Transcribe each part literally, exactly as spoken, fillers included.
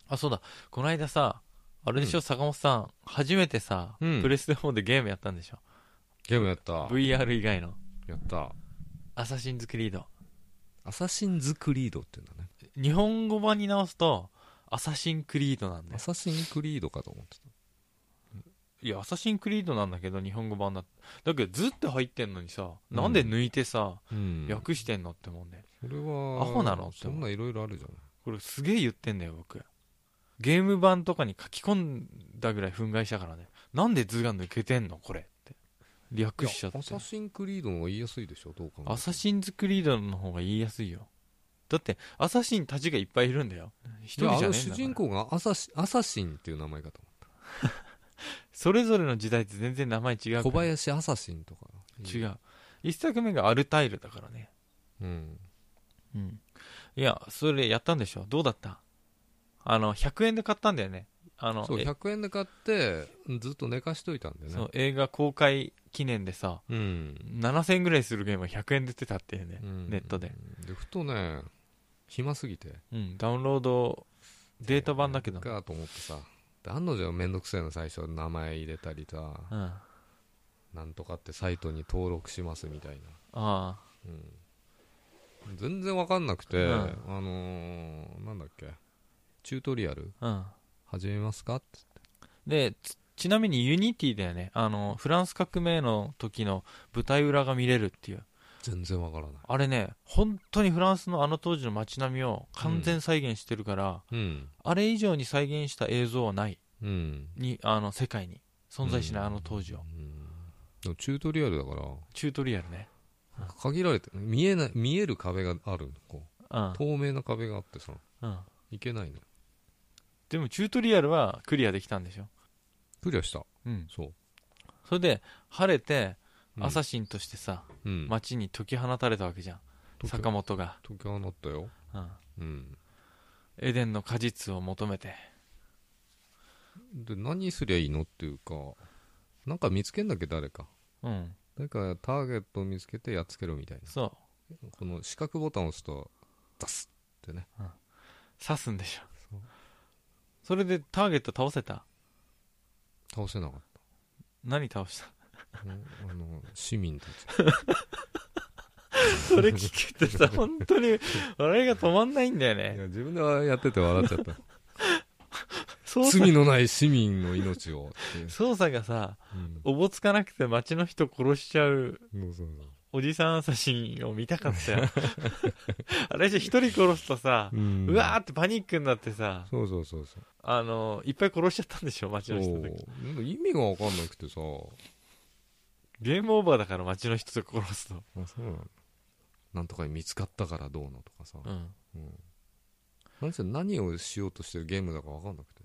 あ、そうだ。この間さ、あれでしょ、うん、坂本さん、初めてさ、うん、プレステフォーでゲームやったんでしょ。 ゲームやった。 ブイアール 以外の。 やった。 アサシンズクリード。 アサシンズクリードって言うんだね。 日本語版に直すと、アサシンクリードなんだよ。 アサシンクリードかと思ってた。 いや、アサシンクリードなんだけど、日本語版だ。だけど、ずって入ってんのにさ、うん、なんで抜いてさ、うん、訳してんのって思うね。 それは、 アホなのって。 そんないろいろあるじゃない。 これすげえ言ってんだよ、僕。ゲーム版とかに書き込んだぐらい憤慨したからね。なんで図が抜けてんのこれって。略しちゃって。 アサシンクリードの方が言いやすいでしょ、どう考えても。 アサシンズクリードの方が言いやすいよ。だって、アサシンたちがいっぱいいるんだよ。一人じゃねえんだから。 主人公がアサシ、アサシンっていう名前かと思った。 それぞれの時代って全然名前違うから。 小林アサシンとか。 違う。一作目がアルタイルだからね。 うん。 うん。いや、それやったんでしょ。どうだった？あの、ひゃくえんで買ったんだよね。あの、 そう、ひゃくえんで買って、ずっと寝かしといたんだよね。 そう、映画公開記念でさ、 うん、 ななせんえんぐらいするゲームがひゃくえんで売ってたっていうね、うん、ネットで。 で、ふとね、暇すぎて。 うん、ダウンロード、データ版だけど。 かと思ってさ、案の定めんどくさいの最初、名前入れたりさ、うん、なんとかってサイトに登録しますみたいな。 ああ。 うん、全然わかんなくて、うん、あのー、なんだっけ、チュートリアル、うん、始めますかってで ち, ちなみにユニティだよね。あのフランス革命の時の舞台裏が見れるっていう。 全然わからない。 あれね、本当にフランスのあの当時の街並みを完全再現してるから、うん、あれ以上に再現した映像はない、うん、にあの世界に存在しない、うん、あの当時を、うん、 でもチュートリアルだからチュートリアルね、 限られて見えない見える壁がある、こう、うん、透明な壁があってさ、うん、いけないの。 でもチュートリアルはクリアできたんでしょ。 クリアした。 うん。 そう。 それで晴れて、うん、アサシンとしてさ、 うん、 街に解き放たれたわけじゃん。坂本が。 解き放ったよ。 うん。うん。エデンの果実を求めて。 で、何すりゃいいのっていうか、なんか見つけんだっけ、誰か。 うん。 誰かターゲットを見つけてやっつけろみたいな。 そう。 この四角ボタンを押すと、出すってね。 うん。刺すんでしょ。そう。それでターゲット倒せた？ 倒せなかった。 何倒した？ あの市民たち。 それ聞くとさ、本当に笑いが止まんないんだよね。 いや、自分でやってて笑っちゃった。罪のない市民の命を操作がさ、うん、おぼつかなくて街の人殺しちゃうおじさんアサシンを見たかったよ。あれじゃ一人殺すとさ、うん、うわーってパニックになってさ、 そうそうそうそう、 あのいっぱい殺しちゃったんでしょ、街の人だけ。 意味が分かんなくてさ、 ゲームオーバーだから街の人と殺すと。 あ、そうなの。なんとかに見つかったからどうのとかさ、うんうん、なんせ何をしようとしてるゲームだか分かんなくて、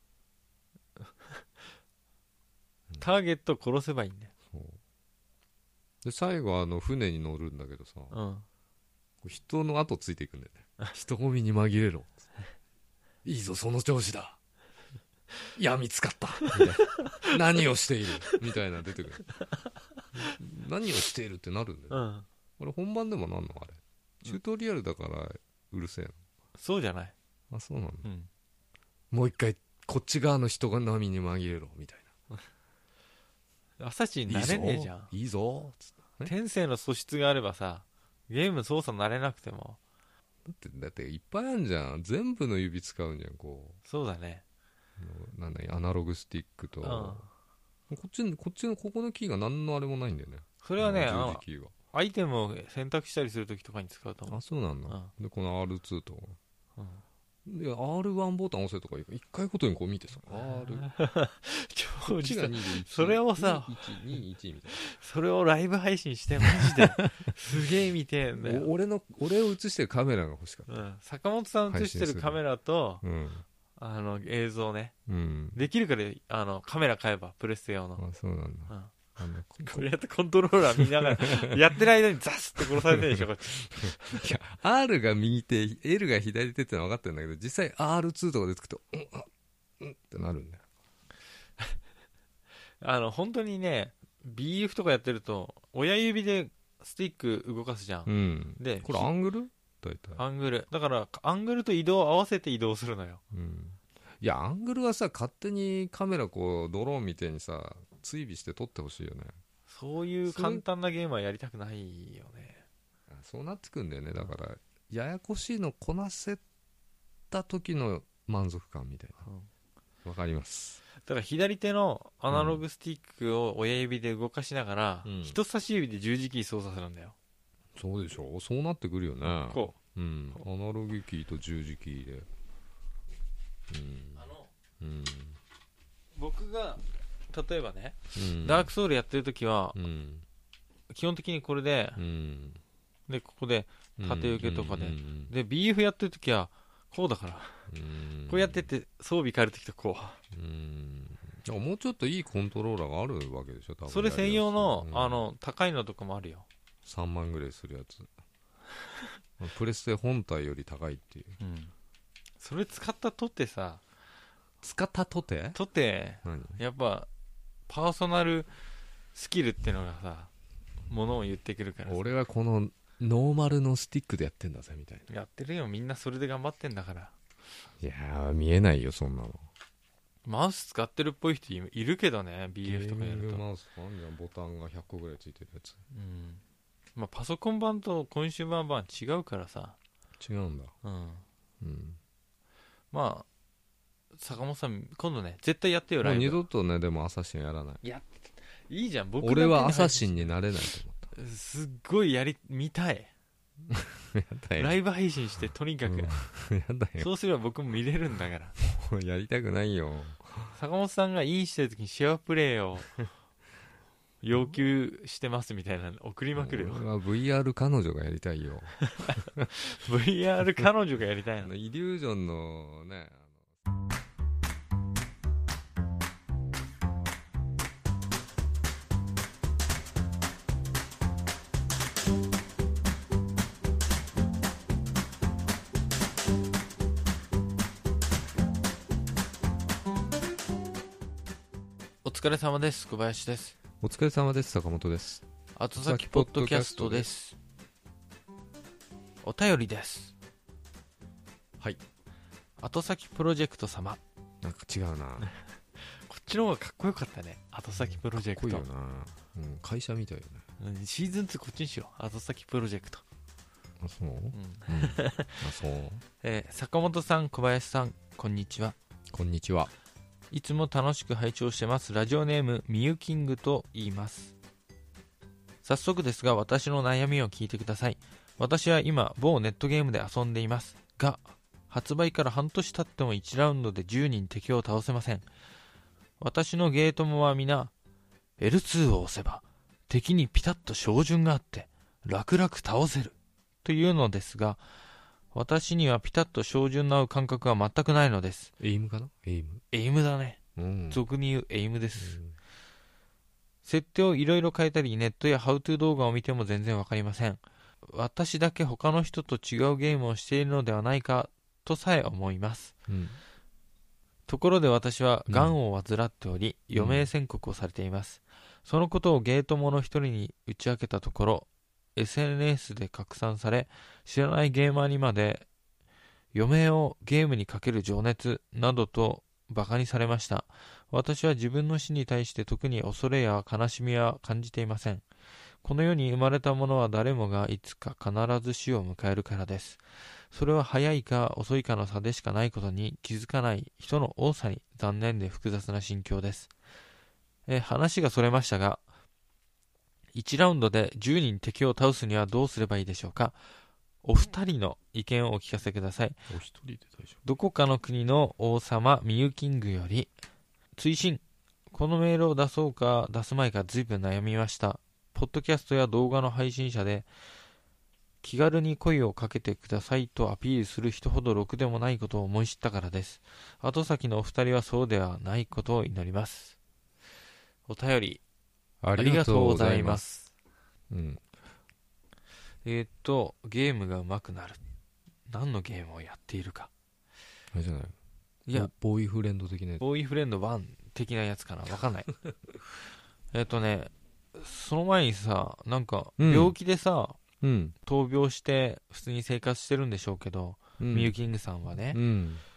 ターゲットを殺せばいいんだよ。 そうで、最後あの船に乗るんだけどさ、うん、人の後ついていくんだよね。人混みに紛れろ。いいぞその調子だ。いや見つかったみたいな。何をしているみたいな出てくる。何をしているってなるんだよ、うん、これ本番でもなんのあれ、チュートリアルだからうるせえの。 そうじゃない。 あ、そうなんだ、うん、もう一回こっち側の人が波に紛れろみたいな。アサシンなれねえじゃん。 いいぞつって、 天性の素質があればさ、ゲーム操作慣れなくても。 だってだっていっぱいあるじゃん。全部の指使うんじゃん、こう。そうだね。 なんだアナログスティックと、うん、こっちのこっちのここのキーが何のあれもないんだよね。 それはね、あのアイテムを選択したりするときとかに使うと思う。 あ、そうなんだ、うん、でこの アールツー と、うん、で アールワン ボタン押せとか一回ごとにこう見てさ、 R 超時短。それをさいちにいちみたいな、それをライブ配信してマジですげえ見てんだよ。 俺の俺を映してるカメラが欲しかった、うん、 坂本さん映してるカメラと、うん、あの映像ね、うん、できるからあのカメラ買えばプレステ用の。 あ、そうなんだ、うん、 あのこれやってコントローラー見ながらやってる間にザスって殺されてるでしょ。こっち。 いや R が右手 L が左手ってのは分かってるんだけど、実際 アールツー とかでつくとうんあうんってなるんだよ。 あの本当にね ビーエフ とかやってると親指でスティック動かすじゃん、うん、でこれアングル大体アングルだからアングルと移動を合わせて移動するのよ、 うん、 いやアングルはさ勝手にカメラこうドローンみたいにさ追尾して撮ってほしいよね。 そういう簡単なゲームはやりたくないよね。 そうなってくんだよね。だからややこしいのこなせた時の満足感みたいな、うん、わかります。 だから左手のアナログスティックを親指で動かしながら、うん、人差し指で十字キー操作するんだよ。 そうでしょ。そうなってくるよね。こう、うん、アナログキーと十字キーで、うん、 あの、 うん、 僕が例えばね、うん、ダークソウルやってる時は、うん、基本的にこれで、うん、でここで縦受けとかで、うんうんうん、で ビーエフ やってる時はこうだから、うん、こうやってって装備変える時とこう、 うん、もうちょっといいコントローラーがあるわけでしょ多分。 それ専用の、うん、あの高いのとかもあるよ。 さんまんぐらいするやつプレステ本体より高いっていう、うん、 それ使ったとってさ使ったとてとってやっぱパーソナルスキルってのがさものを言ってくるからさ。 俺はこのノーマルのスティックでやってんだぜみたいな。 やってるよみんな。それで頑張ってんだから。 いやー見えないよそんなの。 マウス使ってるっぽい人いるけどね ビーエフ とかやると。 マウスあんじゃんボタンがひゃっこぐらいついてるやつ。 うん、まあ、パソコン版とコンシューマー版違うからさ。 違うんだ。 うん、うん、まあ坂本さん今度ね絶対やってよライブ。 もう二度とねでもアサシンやらない。 いやいいじゃん。僕俺はアサシンになれないと思った。 すっごいやり見たいやだよ。 ライブ配信してとにかく、うん、やだよ。 そうすれば僕も見れるんだから。 やりたくないよ。 坂本さんがインしてる時にシェアプレイを要求してますみたいなの送りまくるよ。 俺は ブイアール 彼女がやりたいよ。 ブイアール 彼女がやりたいの。 イリュージョンのねお疲れ様です。小林です。 お疲れ様です。坂本です。 後先ポッドキャストです。お便りです。 はい。 後先プロジェクト様。 なんか違うなこっちの方がかっこよかったね。後先プロジェクト、 かっこいいよな、うん、会社みたいよね。シーズンツーこっちにしよう。後先プロジェクト。 あそう、うんうん、あそう、 えー、坂本さん小林さんこんにちは。 こんにちは。 いつも楽しく拝聴してます。ラジオネームみゆキングと言います。早速ですが私の悩みを聞いてください。私は今某ネットゲームで遊んでいますが、発売から半年経ってもいちラウンドでじゅうにん敵を倒せません。私のゲートモは皆 エルツー を押せば敵にピタッと照準があって楽々倒せるというのですが、私にはピタッと照準の合う感覚は全くないのです。 エイムかな。エイムエイムだね、うん、俗に言うエイムです、うん、設定をいろいろ変えたりネットやハウトゥー動画を見ても全然わかりません。私だけ他の人と違うゲームをしているのではないかとさえ思います、うん、ところで私はがんを患っており、うん、余命宣告をされています。そのことをゲートモの一人に打ち明けたところエスエヌエス で拡散され、知らないゲーマーにまで余命をゲームにかける情熱などとバカにされました。私は自分の死に対して特に恐れや悲しみは感じていません。この世に生まれた者は誰もがいつか必ず死を迎えるからです。それは早いか遅いかの差でしかないことに気づかない人の多さに残念で複雑な心境です。え話がそれましたが、いちラウンドでじゅうにん敵を倒すにはどうすればいいでしょうか。お二人の意見をお聞かせください。 お一人で大丈夫。 どこかの国の王様ミユキングより追伸。このメールを出そうか出すまいか随分悩みました。ポッドキャストや動画の配信者で気軽に声をかけてくださいとアピールする人ほどろくでもないことを思い知ったからです。後先のお二人はそうではないことを祈ります。お便りありがとうございます。 うん、 えー、っとゲームが上手くなる。何のゲームをやっているか。 あれじゃない。 いやボーイフレンド的なやつ。 ボーイフレンドワン的なやつかな。わかんない。えっとね、その前にさ、なんか病気でさ、うん、闘病して普通に生活してるんでしょうけど、うん、ミユキングさんはね、うん、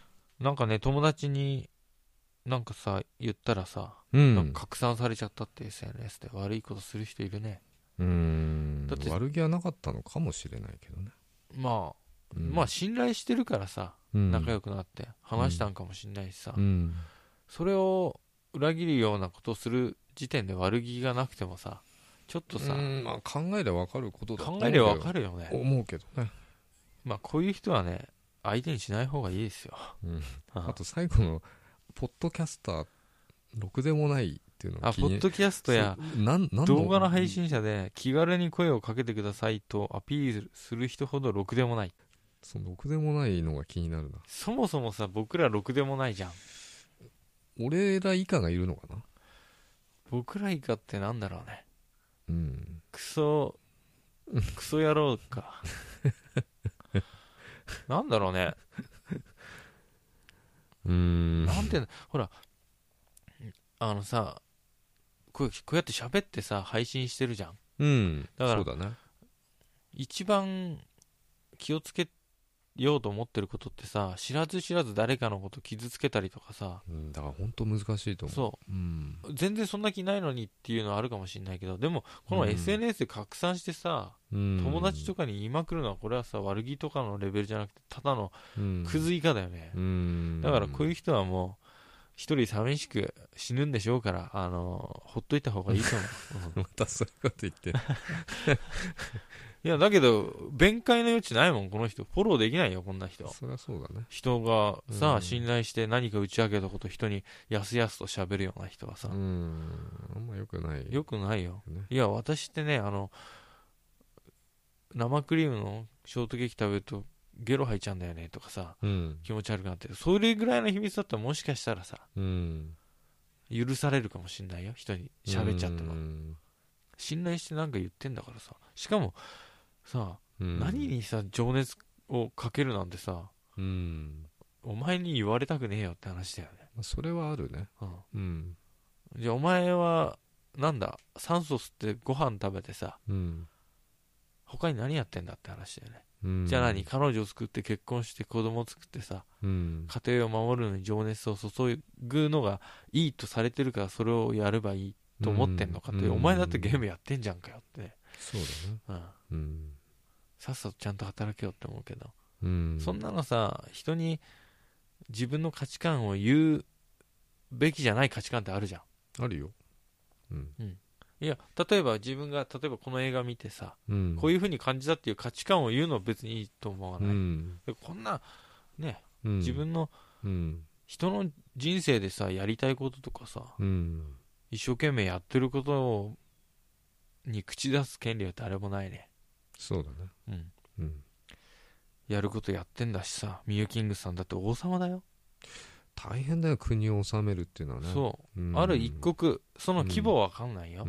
なんかね友達になんかさ言ったらさ、うん、なんか拡散されちゃったって エスエヌエス で。悪いことする人いるね。 うーん、だって悪気はなかったのかもしれないけどね。 まあ、うん、まあ信頼してるからさ、うん、仲良くなって話したんかもしんないしさ、うん、それを裏切るようなことをする時点で悪気がなくてもさ、ちょっとさ、うん、 まあ、考えれば分かることだと思う考えれば分かるよね。 思うけどね。 まあこういう人はね相手にしない方がいいですよ、 うん、あと最後のポッドキャスターろくでもないっていうのあポッドキャストや動画の配信者で気軽に声をかけてくださいとアピールする人ほどろくでもない。 そのろくでもないのが気になるな。 そもそもさ僕らろくでもないじゃん。 俺ら以下がいるのかな。 僕ら以下ってなんだろうね。 うん、 クソクソ野郎かなんだろうね。 うーん、 なんてほらあのさこう、こうやって喋ってさ配信してるじゃん。 うん、 だからそうだね。 一番気をつけようと思ってることってさ、知らず知らず誰かのこと傷つけたりとかさ、 うん、だから本当難しいと思う。 そう、うん、全然そんな気ないのにっていうのはあるかもしれないけど、でもこの エスエヌエス で拡散してさ、うん、友達とかに言いまくるのはこれはさ悪気とかのレベルじゃなくてただのクズ以下だよね、うん、だからこういう人はもう一人寂しく死ぬんでしょうから、あのほっといた方がいいと思う。またそういうこと言っていやだけど弁解の余地ないもんこの人。フォローできないよこんな人。 そりゃそうだね。 人がさ、うん、信頼して何か打ち明けたこと人にやすやすと喋るような人はさ、 うん、あんま良くない良くないよ、ね、いや私ってね、あの生クリームのショートケーキ食べるとゲロ吐いちゃうんだよねとかさ、うん、気持ち悪くなって、それぐらいの秘密だったらもしかしたらさ、うん、許されるかもしんないよ。人に喋っちゃっても、うん、信頼してなんか言ってんだからさ。しかもさ、うん、何にさ情熱をかけるなんてさ、うん、お前に言われたくねえよって話だよね。 それはあるね、うんうん、じゃあお前はなんだ酸素吸ってご飯食べてさ、うん、他に何やってんだって話だよね。うん、じゃあ何、彼女を作って結婚して子供を作ってさ、うん、家庭を守るのに情熱を注ぐのがいいとされてるからそれをやればいいと思ってんのかって、うん、お前だってゲームやってんじゃんかよって、ね、 そうだね、うんうん、 さっさとちゃんと働けよって思うけど、うん、そんなのさ人に自分の価値観を言うべきじゃない価値観ってあるじゃん。 あるよ、うんうん、いや例えば自分が例えばこの映画見てさ、うん、こういう風に感じたっていう価値観を言うのは別にいいと思わない、うん、でこんなね、うん、自分の、うん、人の人生でさやりたいこととかさ、うん、一生懸命やってることをに口出す権利は誰もないね。 そうだね、 うんうん、やることやってんだしさ、ミューキングさんだって王様だよ。 大変だよ国を治めるっていうのはね。 そう、うん、ある一国、その規模は分かんないよ、うん、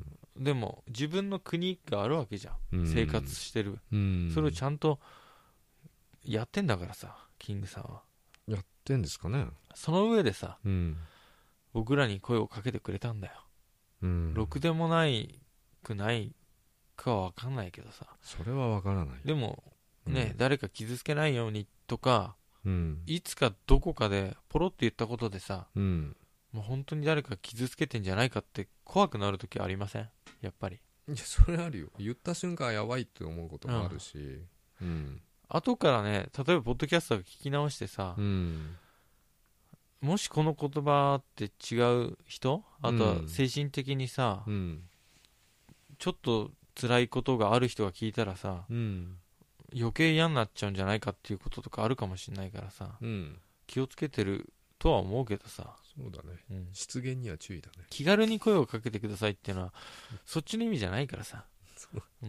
でも自分の国があるわけじゃん、うん、生活してる、うん、それをちゃんとやってんだからさ、キングさんはやってんですかね。 その上でさ、うん、僕らに声をかけてくれたんだよ、うん、ろくでもないくないかは分かんないけどさ、 それは分からない。 でもね、うん、誰か傷つけないようにとか、うん、いつかどこかでポロって言ったことでさ、うん、もう本当に誰か傷つけてんじゃないかって怖くなるときありません？やっぱり。 いやそれあるよ。言った瞬間やばいって思うこともあるし、うんうん、 後からね、例えばポッドキャストが聞き直してさ、うん、もしこの言葉って違う人、あとは精神的にさ、うん、ちょっと辛いことがある人が聞いたらさ、うん、余計嫌になっちゃうんじゃないかっていうこととかあるかもしれないからさ、うん、気をつけてるとは思うけどさ。 そうだね、うん、失言には注意だね。 気軽に声をかけてくださいっていうのはそっちの意味じゃないからさ、うん、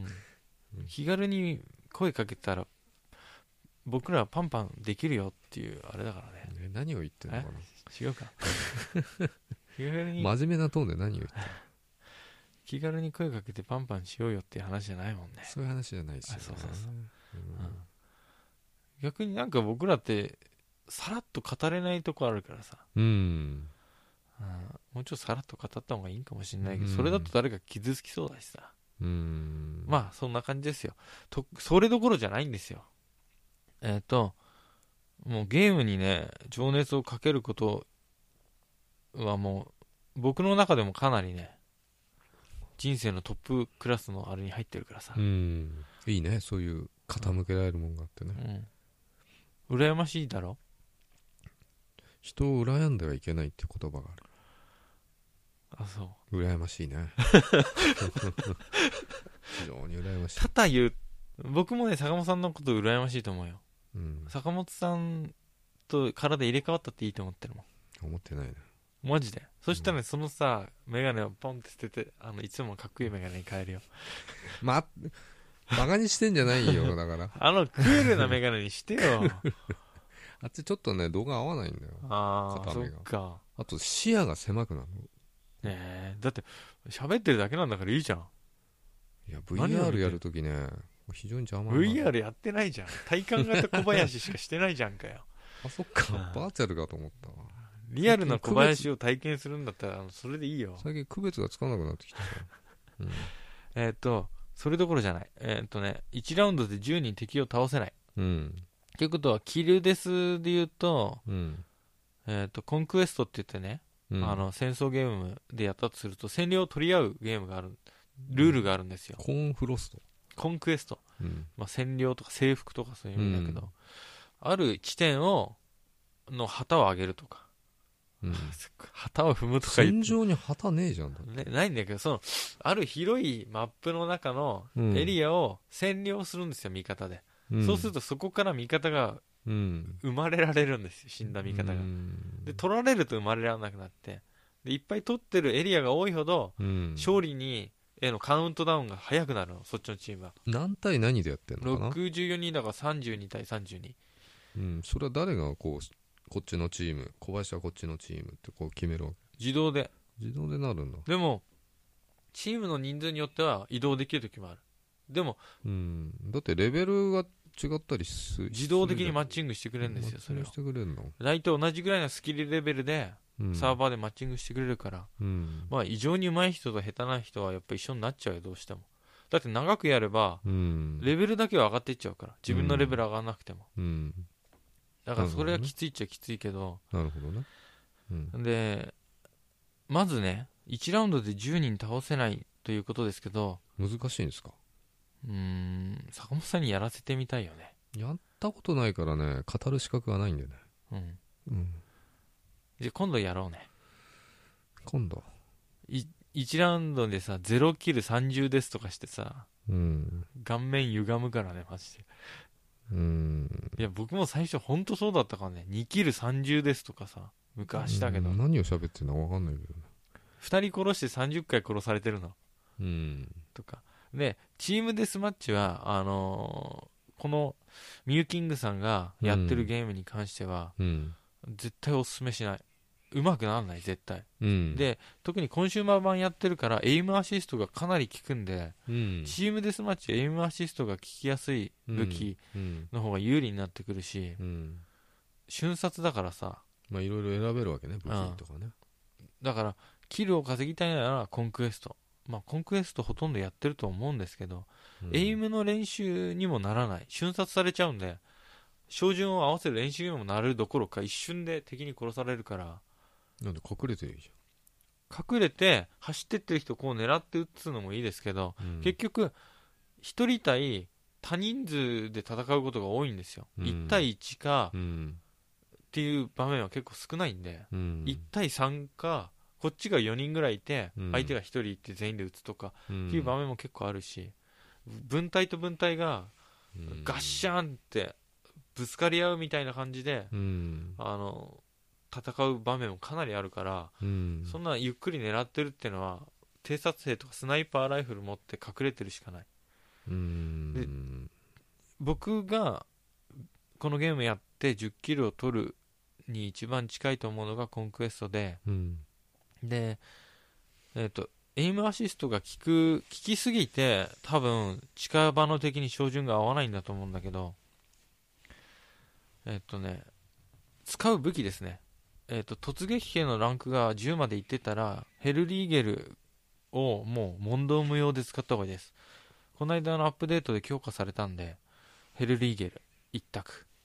気軽に声かけたら僕らはパンパンできるよっていうあれだからね。 ね、何を言ってんのかな。 違うか気軽に真面目なトーンで何を言ってんの気軽に声かけてパンパンしようよっていう話じゃないもんね。 そういう話じゃないですよね。 そうそうそう、うんうん、逆になんか僕らってさらっと語れないとこあるからさ、うん、うん、もうちょっとさらっと語った方がいいんかもしれないけど、うん、それだと誰か傷つきそうだしさ、うん、まあそんな感じですよ。とそれどころじゃないんですよ。えっともうゲームにね情熱をかけることはもう僕の中でもかなりね人生のトップクラスのあれに入ってるからさ。 うん、いいね、そういう傾けられるもんがあってね、 うん、羨ましいだろ。 人を羨んではいけないって言葉がある。 あ、そう。 羨ましいね非常に羨ましい。 ただ言う、僕もね坂本さんのこと羨ましいと思うよ、うん、坂本さんと体入れ替わったっていいと思ってるもん。 思ってないねマジで。そしたら、ね、うん、そのさメガネをポンって捨てて、あのいつもかっこいいメガネに変えるよまバカにしてんじゃないよだからあのクールなメガネにしてよあっちちょっとね度が合わないんだよ。 ああ、そっか。 あと視野が狭くなるの。 ねえ、だって喋ってるだけなんだからいいじゃん。 いや ブイアール やるときね非常に邪魔。 ブイアール やってないじゃん。体感型小林しかしてないじゃんかよあ、そっか、バーチャルかと思ったわ。 リアルな小林を体験するんだったらそれでいいよ。 最近区別がつかなくなってきた、 うん、えっとそれどころじゃない。えー、っとねいちラウンドでじゅうにん敵を倒せない、うん、ということはキルデスで言うと、うん、えー、っとコンクエストって言ってね、うん、あの戦争ゲームでやったとすると占領を取り合うゲームがある、ルールがあるんですよ。 コンフロスト、 コンクエスト、うん、まあ、占領とか征服とかそういう意味だけど、うん、ある地点をの旗を上げるとか、うん、旗を踏むとか言って、 戦場に旗ねえじゃん、 ね、ないんだけど、そのある広いマップの中のエリアを占領するんですよ、味方で、うん、そうするとそこから味方が生まれられるんですよ、死んだ味方が、うん、で取られると生まれられなくなって、でいっぱい取ってるエリアが多いほど、うん、勝利にへのカウントダウンが早くなるの、そっちのチームは。 何対何でやってんのかな。 ろくじゅうよにんだからさんじゅうに対さんじゅうに、 うん、それは誰がこうこっちのチーム、小林はこっちのチームってこう決めるわけ。 自動で自動でなるんだ。 でもチームの人数によっては移動できる時もある。でも、 うん、だってレベルが違ったりする、 自動的にマッチングしてくれるんですよ。それをしてくれるの。 大体同じぐらいのスキルレベルでサーバーでマッチングしてくれるから、うん、まあ異常に上手い人と下手な人はやっぱ一緒になっちゃうよ、どうしても。だって長くやれば、うん、レベルだけは上がっていっちゃうから、自分のレベル上がらなくても、うん、だからそれはきついっちゃきついけど、 なるほどね、 うん、でまずねいちラウンドでじゅうにん倒せないということですけど、 難しいんですか。 うーん、坂本さんにやらせてみたいよね。 やったことないからね、語る資格がないんだよね。うん、 うん、じゃあ今度やろうね。 今度いいちラウンドでさゼロキルさんじゅうですとかしてさ、うん、顔面歪むからねマジで。うん、いや僕も最初ほんとそうだったからね、にキルさんじゅうですとかさ昔だけど、 うん、何を喋ってんのか分かんないけどね。 ふたり殺してさんじゅっかい殺されてるの、うん、とかで、チームデスマッチはあのー、このミューキングさんがやってるゲームに関しては、うん、絶対おすすめしない。うまくならない絶対、うん、で特にコンシューマー版やってるからエイムアシストがかなり効くんで、うん、チームデスマッチエイムアシストが効きやすい武器の方が有利になってくるし、うん、瞬殺だからさ、 まあいろいろ選べるわけね、武器とかね、 うん、だからキルを稼ぎたいならコンクエスト、まあコンクエストほとんどやってると思うんですけど、うん、エイムの練習にもならない、瞬殺されちゃうんで照準を合わせる練習にもなるどころか一瞬で敵に殺されるから。 なんで隠れてるじゃん。隠れて走ってってる人をこう狙って撃つのもいいですけど、うん、結局一人対多人数で戦うことが多いんですよ、うん、いち対いちか、うん、っていう場面は結構少ないんで、うん、いち対さんかこっちがよにんぐらいいて、うん、相手がひとりいて全員で撃つとか、うん、っていう場面も結構あるし、分隊と分隊がガッシャンってぶつかり合うみたいな感じで、うん、あの戦う場面もかなりあるから、うん、そんなゆっくり狙ってるっていうのは偵察兵とかスナイパーライフル持って隠れてるしかない。うん、で僕がこのゲームやってじゅっキルを取るに一番近いと思うのがコンクエストで、うん、で、えーと、エイムアシストが効く効きすぎて多分近場の敵に照準が合わないんだと思うんだけど、えっ、ー、とね使う武器ですね。えーと、突撃兵のランクがじゅうまでいってたらヘルリーゲルをもう問答無用で使った方がいいです。この間のアップデートで強化されたんでヘルリーゲル一択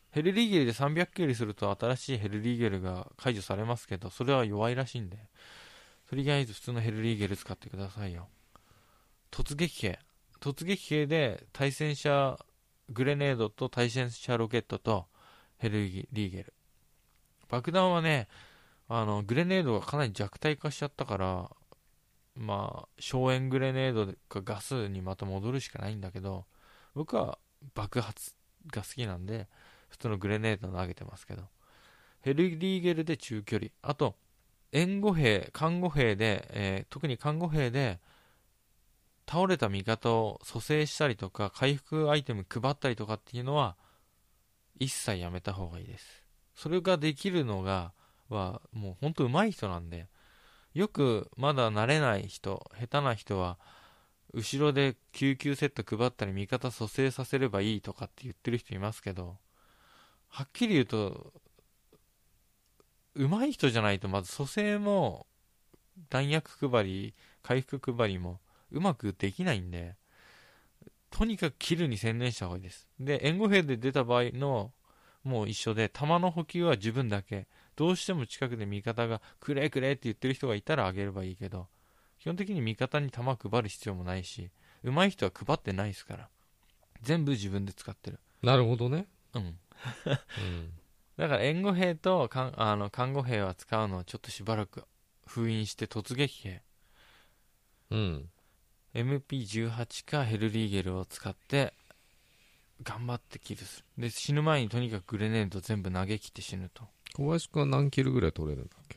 ヘルリーゲルでさんびゃくキルすると新しいヘルリーゲルが解除されますけど、それは弱いらしいんで、とりあえず普通のヘルリーゲル使ってくださいよ。突撃兵突撃兵で対戦車グレネードと対戦車ロケットとヘルリーゲル。爆弾はね、あのグレネードがかなり弱体化しちゃったから、まあ硝煙グレネードかガスにまた戻るしかないんだけど、僕は爆発が好きなんで普通のグレネード投げてますけど、ヘルリーゲルで中距離、あと援護兵看護兵で、えー、特に看護兵で倒れた味方を蘇生したりとか回復アイテム配ったりとかっていうのは一切やめた方がいいです。それができるのがはもう本当上手い人なんで、よくまだ慣れない人、下手な人は後ろで救急セット配ったり味方蘇生させればいいとかって言ってる人いますけど、はっきり言うと上手い人じゃないとまず蘇生も弾薬配り回復配りもうまくできないんで、とにかくキルに専念した方がいいです。で援護兵で出た場合のもう一緒で、弾の補給は自分だけ、どうしても近くで味方がくれくれって言ってる人がいたらあげればいいけど、基本的に味方に弾配る必要もないし、上手い人は配ってないですから、全部自分で使ってる。 なるほどね。 うん、うん、だから援護兵とかんあの看護兵は使うのをちょっとしばらく封印して、突撃兵、 うん、 エムピーじゅうはち かヘルリーゲルを使って頑張ってキルする。で死ぬ前にとにかくグレネード全部投げ切って死ぬと。 小林君は何キルぐらい取れるんだっけ？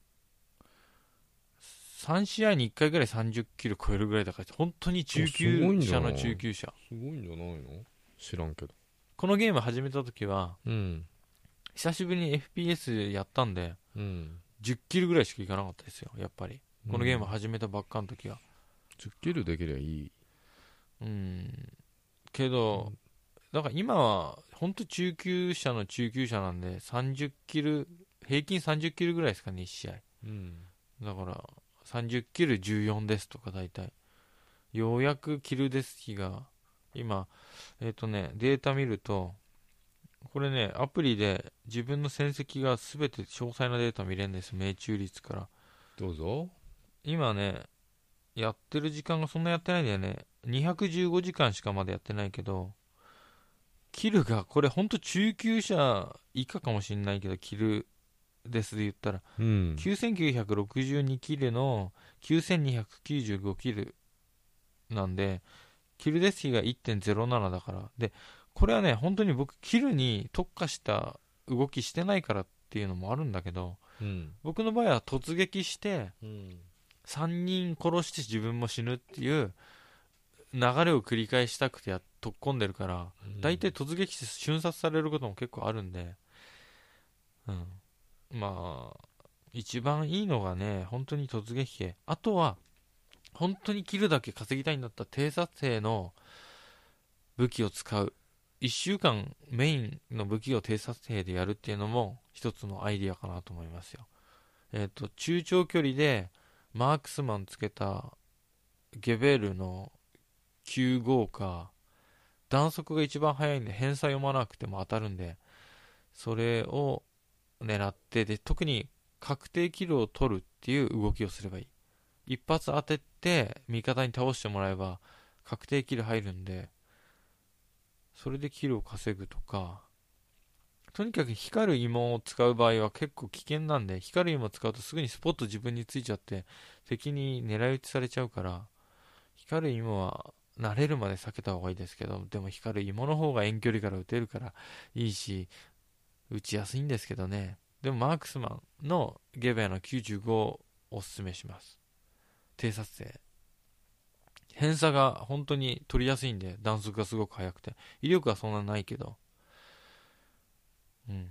さん試合にいっかいぐらいさんじゅっキル超えるぐらいだから、本当に中級者の中級者。 すごいんじゃないの？知らんけど。 このゲーム始めた時は、 うん、 久しぶりに エフピーエス やったんで、 うん、 じゅっキルぐらいしかいかなかったですよ、やっぱり。このゲーム始めたばっかの時は。 じゅっキルできりゃいい。 うん。けど、うんだから今は本当中級者の中級者なんでさんじゅっキル、平均さんじゅっキルぐらいですかね、いち試合、 うん、 だからさんじゅっキルじゅうよんですとか、大体ようやくキルデス比が今えっ、ー、とねデータ見ると、これねアプリで自分の戦績が全て詳細なデータ見れるんです、命中率から。 どうぞ。 今ねやってる時間がそんなやってないんだよね、にひゃくじゅうごじかんしかまだやってないけど、キルがこれほんと中級者以下かもしれないけど、キルですで言ったら、 うん、 きゅうせんきゅうひゃくろくじゅうにキルのきゅうせんにひゃくきゅうじゅうごキルなんで、キルデス比が いってんゼロなな だから。でこれはね本当に僕キルに特化した動きしてないからっていうのもあるんだけど、 うん、 僕の場合は突撃して、 うん、 さんにん殺して自分も死ぬっていう流れを繰り返したくてや特込んでるから、だいたい突撃して瞬殺されることも結構あるんで、うん、まあ一番いいのがね本当に突撃兵。あとは本当にキルだけ稼ぎたいんだったら偵察兵の武器を使う、いっしゅうかんメインの武器を偵察兵でやるっていうのも一つのアイディアかなと思いますよ。えっと中長距離でマークスマンつけたゲベルのきゅうごか、弾速が一番速いんで偏差読まなくても当たるんで、それを狙って、で特に確定キルを取るっていう動きをすればいい。一発当てて味方に倒してもらえば確定キル入るんで、それでキルを稼ぐとか、とにかく光る芋を使う場合は結構危険なんで、光る芋を使うとすぐにスポット自分についちゃって敵に狙い撃ちされちゃうから、光る芋は慣れるまで避けた方がいいですけど、でも光る芋の方が遠距離から撃てるからいいし、撃ちやすいんですけどね。でもマークスマンのゲベアのきゅうじゅうごをおすすめします。偵察兵偏差が本当に取りやすいんで、弾速がすごく速くて、威力はそんなないけど、うん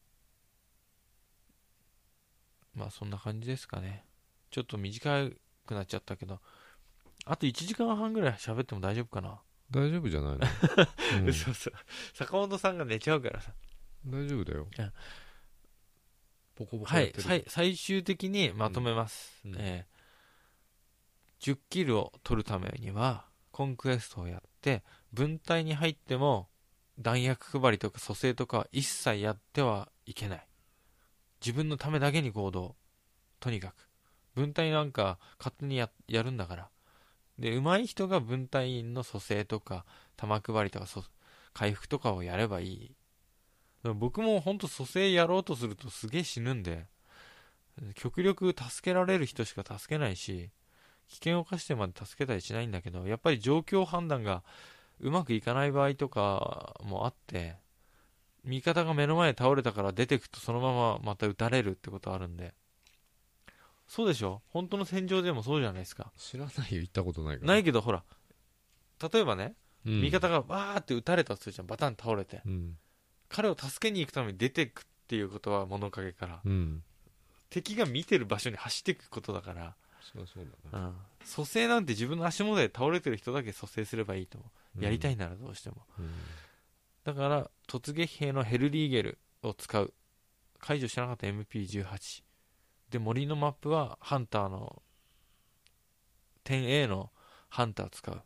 まあそんな感じですかね。ちょっと短くなっちゃったけど、あといちじかんはんぐらい喋っても大丈夫かな。 大丈夫じゃないの、 うん、そうそう、坂本さんが寝ちゃうからさ。 大丈夫だよ。 ポコポコやってる。はい、最終的にまとめます、うんえー、じゅっキルを取るためにはコンクエストをやって、分隊に入っても弾薬配りとか蘇生とか一切やってはいけない。自分のためだけに行動。とにかく分隊なんか勝手に や, やるんだから。で、上手い人が分隊員の蘇生とか弾配りとか回復とかをやればいい。僕もほんと蘇生やろうとするとすげえ死ぬんで、極力助けられる人しか助けないし、危険を冒してまで助けたりしないんだけど、やっぱり状況判断がうまくいかない場合とかもあって、味方が目の前で倒れたから出てくとそのまままた撃たれるってことあるんで。そうでしょ？本当の戦場でもそうじゃないですか。 知らないよ、行ったことないから。 ないけどほら、例えばね、うん、味方がわーって撃たれたとするじゃん、バタン倒れて、うん、彼を助けに行くために出てくっていうことは物陰から、うん、敵が見てる場所に走っていくことだから。 そうそうだな、 うん、蘇生なんて自分の足元で倒れてる人だけ蘇生すればいいと思う。やりたいならどうしても、うん、だから突撃兵のヘルリーゲルを使う。解除してなかった エムピーじゅうはち で、森のマップはハンターの テンエー のハンターを使う。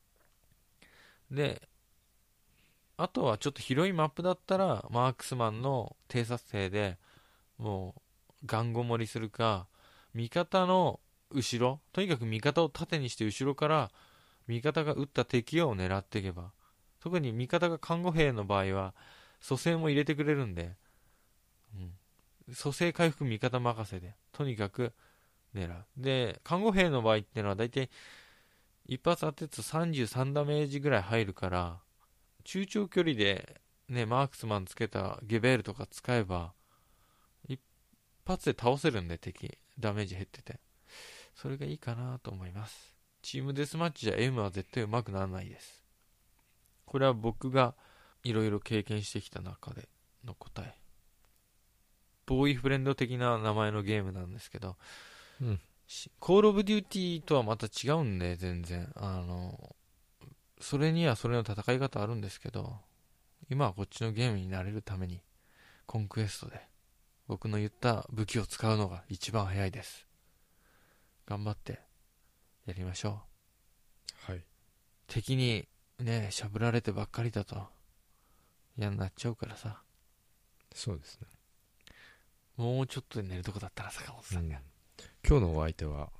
で、あとはちょっと広いマップだったらマークスマンの偵察兵でもうガンゴ盛りするか、味方の後ろ、とにかく味方を縦にして後ろから味方が撃った敵を狙っていけば、特に味方が看護兵の場合は蘇生も入れてくれるんで、うん、蘇生回復味方任せでとにかく狙う。で、看護兵の場合っていうのはだいたい一発当てるとさんじゅうさんダメージぐらい入るから、中長距離でね、マークスマンつけたゲベールとか使えば一発で倒せるんで、敵ダメージ減ってて、それがいいかなと思います。チームデスマッチじゃ M は絶対上手くならないです。これは僕がいろいろ経験してきた中での答え。ボーイフレンド的な名前のゲームなんですけど、うん、コールオブデューティーとはまた違うんで、全然あのそれにはそれの戦い方あるんですけど、今はこっちのゲームに慣れるためにコンクエストで僕の言った武器を使うのが一番早いです。頑張ってやりましょう。はい。 敵にねしゃぶられてばっかりだと嫌になっちゃうからさ。 そうですね。 もうちょっとで寝るとこだったら坂本さんが、うん、 今日のお相手は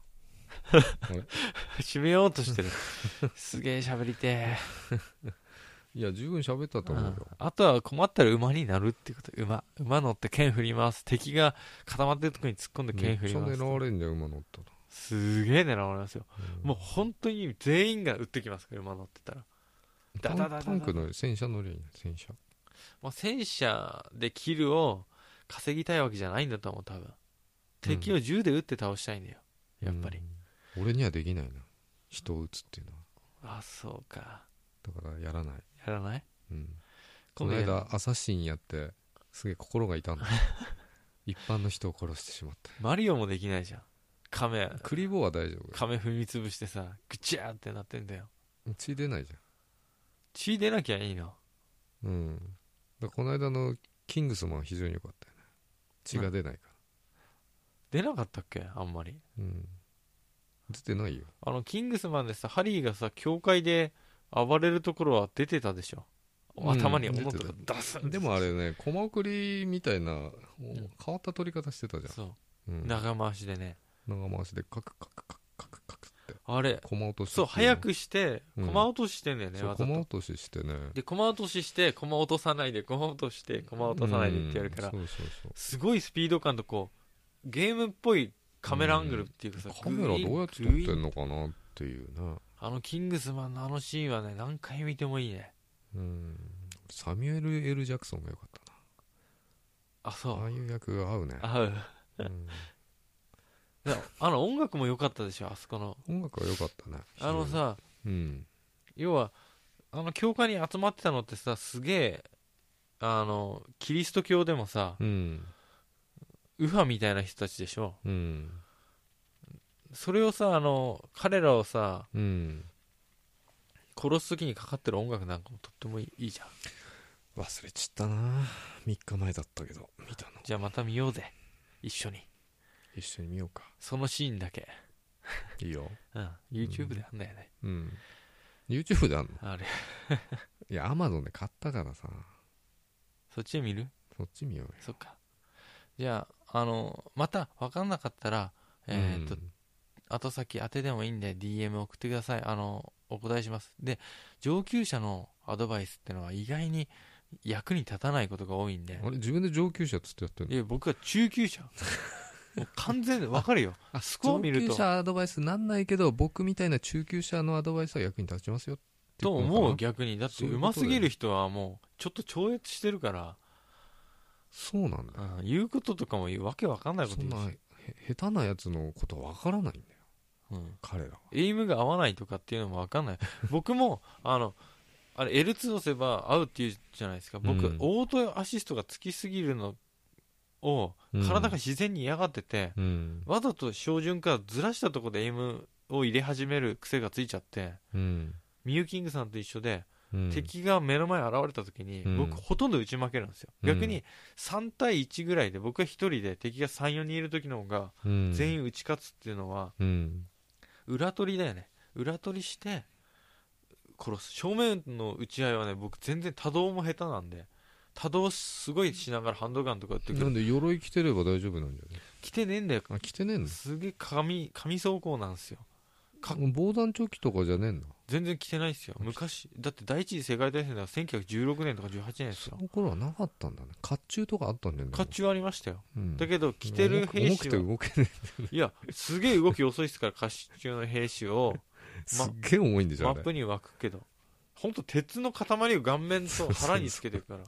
締めようとしてるすげえ喋りていや十分喋ったと思うよ。 あ, あとは困ったら馬になるってこと。馬馬乗って剣振ります。敵が固まってるとこに突っ込んで剣振ります。 めっちゃ狙われんじゃん、馬乗ったら。 すげえ狙われますよ、うん、もう本当に全員が撃ってきますから、馬乗ってたら。 ダダダダダタンクの戦車乗りゃいいね。戦車、 まあ、戦車でキルを稼ぎたいわけじゃないんだと思う。多分敵を銃で撃って倒したいんだよ、うん、やっぱり、 うん、俺にはできないな、人を撃つっていうのは。 あ、そうか。 だからやらない。 やらない、 うん、この間アサシンやってすげえ心が痛んだ一般の人を殺してしまった。 マリオもできないじゃん。亀クリボーは大丈夫。 亀踏みつぶしてさ、ぐちゃーってなってんだよ。 血出ないじゃん。 血出なきゃいいの。 うん。だこの間のキングスマンは非常に良かったよね。血が出ないから。 出なかったっけ、あんまり。 うん。出てないよ。 あのキングスマンでさ、ハリーがさ教会で暴れるところは出てたでしょ、うん、頭に斧とか出す。 でもあれね、コマ送りみたいな、うん、変わった取り方してたじゃん。 そう、うん、長回しでね、 長回しでカクカクカクカクカクってあれコマ落とし、 そう早くしてコマ落とししてんだよね、うん、 そうコマ落とししてね、 でコマ落とししてコマ落とさないでコマ落としてコマ落とさないでってやるから、 うん、そうそうそう、 すごいスピード感とこうゲームっぽいカメラアングルっていうかさ、 うん、カメラどうやって撮ってんのかなっていうね。 あのキングスマンのあのシーンはね、何回見てもいいね。 うん、サミュエル・エル・ジャクソンが良かったな。 あ、そう、 ああいう役が合うね。 合う、うん、あの音楽も良かったでしょ、あそこの音楽は良かったね。 あのさ、 うん、 要はあの教会に集まってたのってさ、すげえあのキリスト教でもさ、うん、右派みたいな人たちでしょ、うん、それをさ、あの彼らをさ、うん、殺す時にかかってる音楽なんかもとってもいいじゃん。 忘れちったな、みっかまえだったけど見たの。 じゃあまた見ようぜ、一緒に。 一緒に見ようか、 そのシーンだけいいよ、 うん、YouTube であんだよね、 うん、 YouTube であんの？ あれいや Amazon で買ったからさ。 そっちで見る？ そっち見ようよ。 そっか。じゃあ、あのまた分かんなかったらえー、っと、うん、後先当てでもいいんで ディーエム 送ってください。あのお答えします。で、上級者のアドバイスってのは意外に役に立たないことが多いんで。 あれ自分で上級者っつってやってるの？ いや僕は中級者もう完全に分かるよ。あ、スコア見ると上級者アドバイスなんないけど、僕みたいな中級者のアドバイスは役に立ちますよってと思う。逆にだってうますぎる人はもうちょっと超越してるから。 そうなんだよ、 うん、言うこととかも言うわけ分かんないこと言うし、そんな下手なやつのことは分からないんだよ、うん、彼らは。 エイムが合わないとかっていうのも分かんない僕もあのあれ エルツー 押せば合うっていうじゃないですか。僕、うん、オートアシストがつきすぎるのを体が自然に嫌がってて、うん、わざと照準からずらしたところでエイムを入れ始める癖がついちゃって、うん、ミューキングさんと一緒で、うん、敵が目の前に現れた時に、うん、僕ほとんど打ち負けるんですよ、うん、逆にさんたいいちぐらいで僕がひとりで敵が さん,よ 人いる時の方が全員打ち勝つっていうのは、うん、裏取りだよね。裏取りして殺す。正面の打ち合いはね、僕全然多動も下手なんで、多動すごいしながらハンドガンとか打ってくる。 なんで鎧着てれば大丈夫なんじゃない？ 着てねえんだよ。 あ、着てねえんだ。 すげえ紙紙装甲なんですよ。 防弾チョッキとかじゃねえんだ。 全然着てないですよ。昔だって第一次世界大戦ではせんきゅうひゃくじゅうろくねんとかじゅうはちねんですよ。 その頃はなかったんだね。甲冑とかあったんだよね。 甲冑ありましたよ、うん、だけど着てる兵士は重くて動けねえ。 いやすげえ動き遅いですから。甲冑の兵士を、 ま、すっげえ重いんでしょ。 マップに湧くけど本当鉄の塊を顔面と腹につけてるから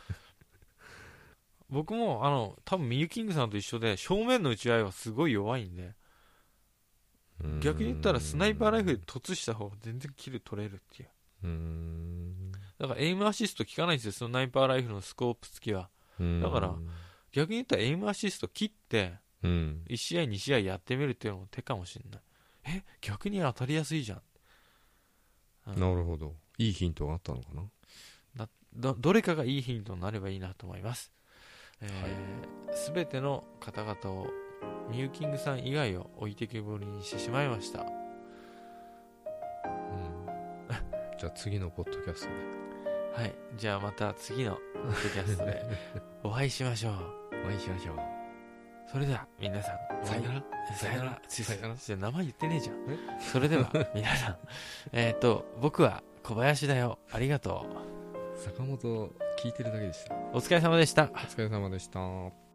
僕もあの多分ミユキングさんと一緒で正面の打ち合いはすごい弱いんで、逆に言ったらスナイパーライフルで突した方が全然キル取れるっていう。うーん、だからエイムアシスト効かないんですよ、スナイパーライフルのスコープ付きは。だから逆に言ったらエイムアシスト切っていち試合に試合やってみるっていうのも手かもしれない。え、逆に当たりやすいじゃん、 うん、なるほど。いいヒントがあったのかな。 な ど, どれかがいいヒントになればいいなと思います。えーはい、全ての方々をミューキングさん以外を置いてけぼりにしてしまいました、うん、 じゃあ次のポッドキャストで。 はい、じゃあまた次のポッドキャストでお会いしましょう。 お会いしましょう。 それでは皆さん、 さよなら。 さよなら。さよなら。名前言ってねえじゃん。それでは皆さんえっと僕は小林だよ、ありがとう。 坂本聞いてるだけでした。 お疲れ様でした。お疲れ様でした。